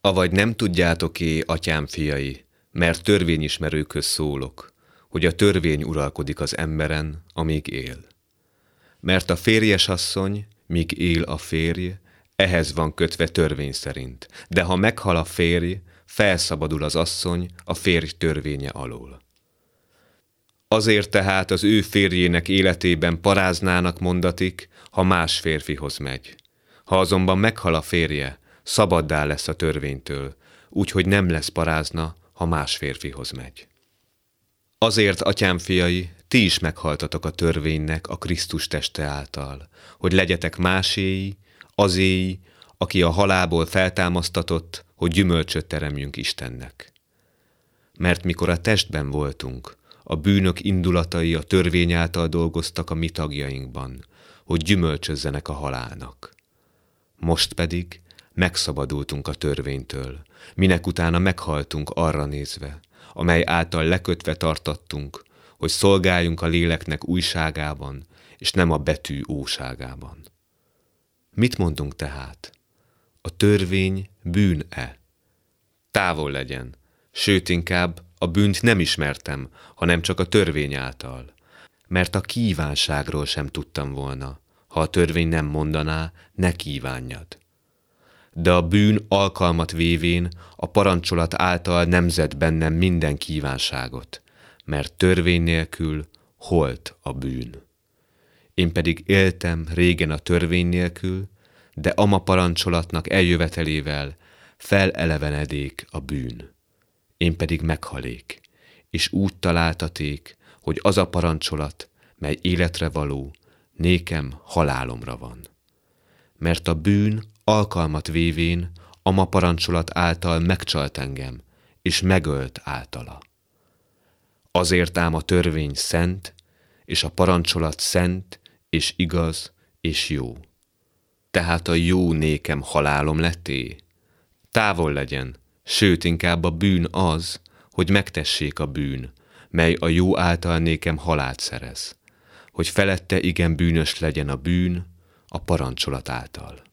Avagy nem tudjátok-é, atyám fiai, mert törvényismerőkhöz szólok, hogy a törvény uralkodik az emberen, amíg él. Mert a férjes asszony, míg él a férj, ehhez van kötve törvény szerint, de ha meghal a férj, felszabadul az asszony a férj törvénye alól. Azért tehát az ő férjének életében paráznának mondatik, ha más férfihoz megy. Ha azonban meghal a férje, szabaddá lesz a törvénytől, úgyhogy nem lesz parázna, ha más férfihoz megy. Azért, atyám fiai, ti is meghaltatok a törvénynek a Krisztus teste által, hogy legyetek máséi, azéi, aki a halálból feltámasztatott, hogy gyümölcsöt teremjünk Istennek. Mert mikor a testben voltunk, a bűnök indulatai a törvény által dolgoztak a mi tagjainkban, hogy gyümölcsözzenek a halálnak. Most pedig megszabadultunk a törvénytől, minek utána meghaltunk arra nézve, amely által lekötve tartattunk, hogy szolgáljunk a léleknek újságában, és nem a betű óságában. Mit mondunk tehát? A törvény bűn-e? Távol legyen, sőt inkább a bűnt nem ismertem, hanem csak a törvény által, mert a kívánságról sem tudtam volna, ha a törvény nem mondaná, ne kívánjad. De a bűn alkalmat vévén a parancsolat által nemzett bennem minden kívánságot, mert törvény nélkül holt a bűn. Én pedig éltem régen a törvény nélkül, de ama parancsolatnak eljövetelével felelevenedék a bűn. Én pedig meghalék, és úgy találtaték, hogy az a parancsolat, mely életre való, nékem halálomra van. Mert a bűn alkalmat vévén ama parancsolat által megcsalt engem, és megölt általa. Azért ám a törvény szent, és a parancsolat szent, és igaz, és jó. Tehát a jó nékem halálom letté? Távol legyen, sőt inkább a bűn az, hogy megtessék a bűn, mely a jó által nékem halált szerez, hogy felette igen bűnös legyen a bűn a parancsolat által.